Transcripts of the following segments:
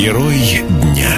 Герой дня.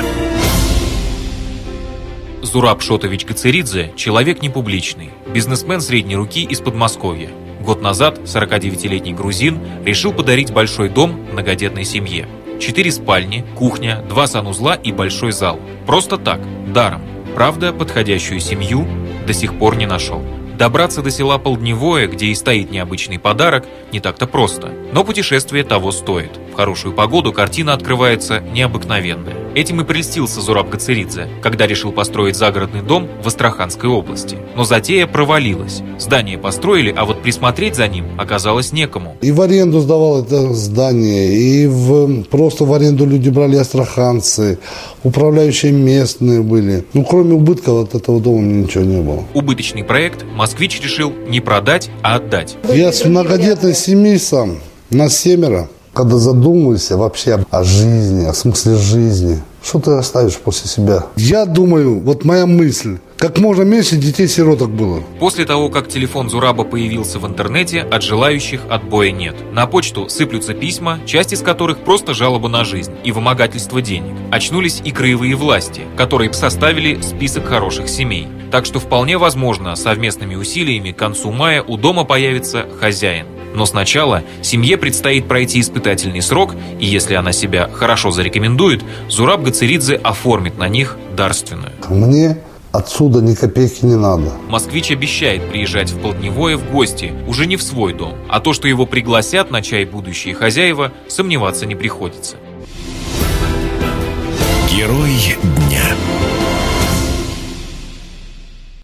Зураб Шотович Гацеридзе – человек непубличный, бизнесмен средней руки из Подмосковья. Год назад 49-летний грузин решил подарить большой дом многодетной семье. 4 спальни, кухня, 2 санузла и большой зал. Просто так, даром. Правда, подходящую семью до сих пор не нашел. Добраться до села Полдневое, где и стоит необычный подарок, не так-то просто. Но путешествие того стоит. В хорошую погоду картина открывается необыкновенная. Этим и прельстился Зураб Гацеридзе, когда решил построить загородный дом в Астраханской области. Но затея провалилась. Здание построили, а вот присмотреть за ним оказалось некому. И в аренду сдавал это здание, и просто в аренду люди брали астраханцы, управляющие местные были. Кроме убытков от этого дома ничего не было. Убыточный проект москвич решил не продать, а отдать. Я с многодетной семьи сам, нас 7. Когда задумываешься вообще о жизни, о смысле жизни, что ты оставишь после себя? Я думаю, вот моя мысль, как можно меньше детей-сироток было. После того, как телефон Зураба появился в интернете, от желающих отбоя нет. На почту сыплются письма, часть из которых просто жалоба на жизнь и вымогательство денег. Очнулись и краевые власти, которые составили список хороших семей. Так что вполне возможно, совместными усилиями к концу мая у дома появится хозяин. Но сначала семье предстоит пройти испытательный срок, и если она себя хорошо зарекомендует, Зураб Гацеридзе оформит на них дарственную. Мне отсюда ни копейки не надо. Москвич обещает приезжать в Полдневое в гости, уже не в свой дом. А то, что его пригласят на чай будущие хозяева, сомневаться не приходится. Герой дня.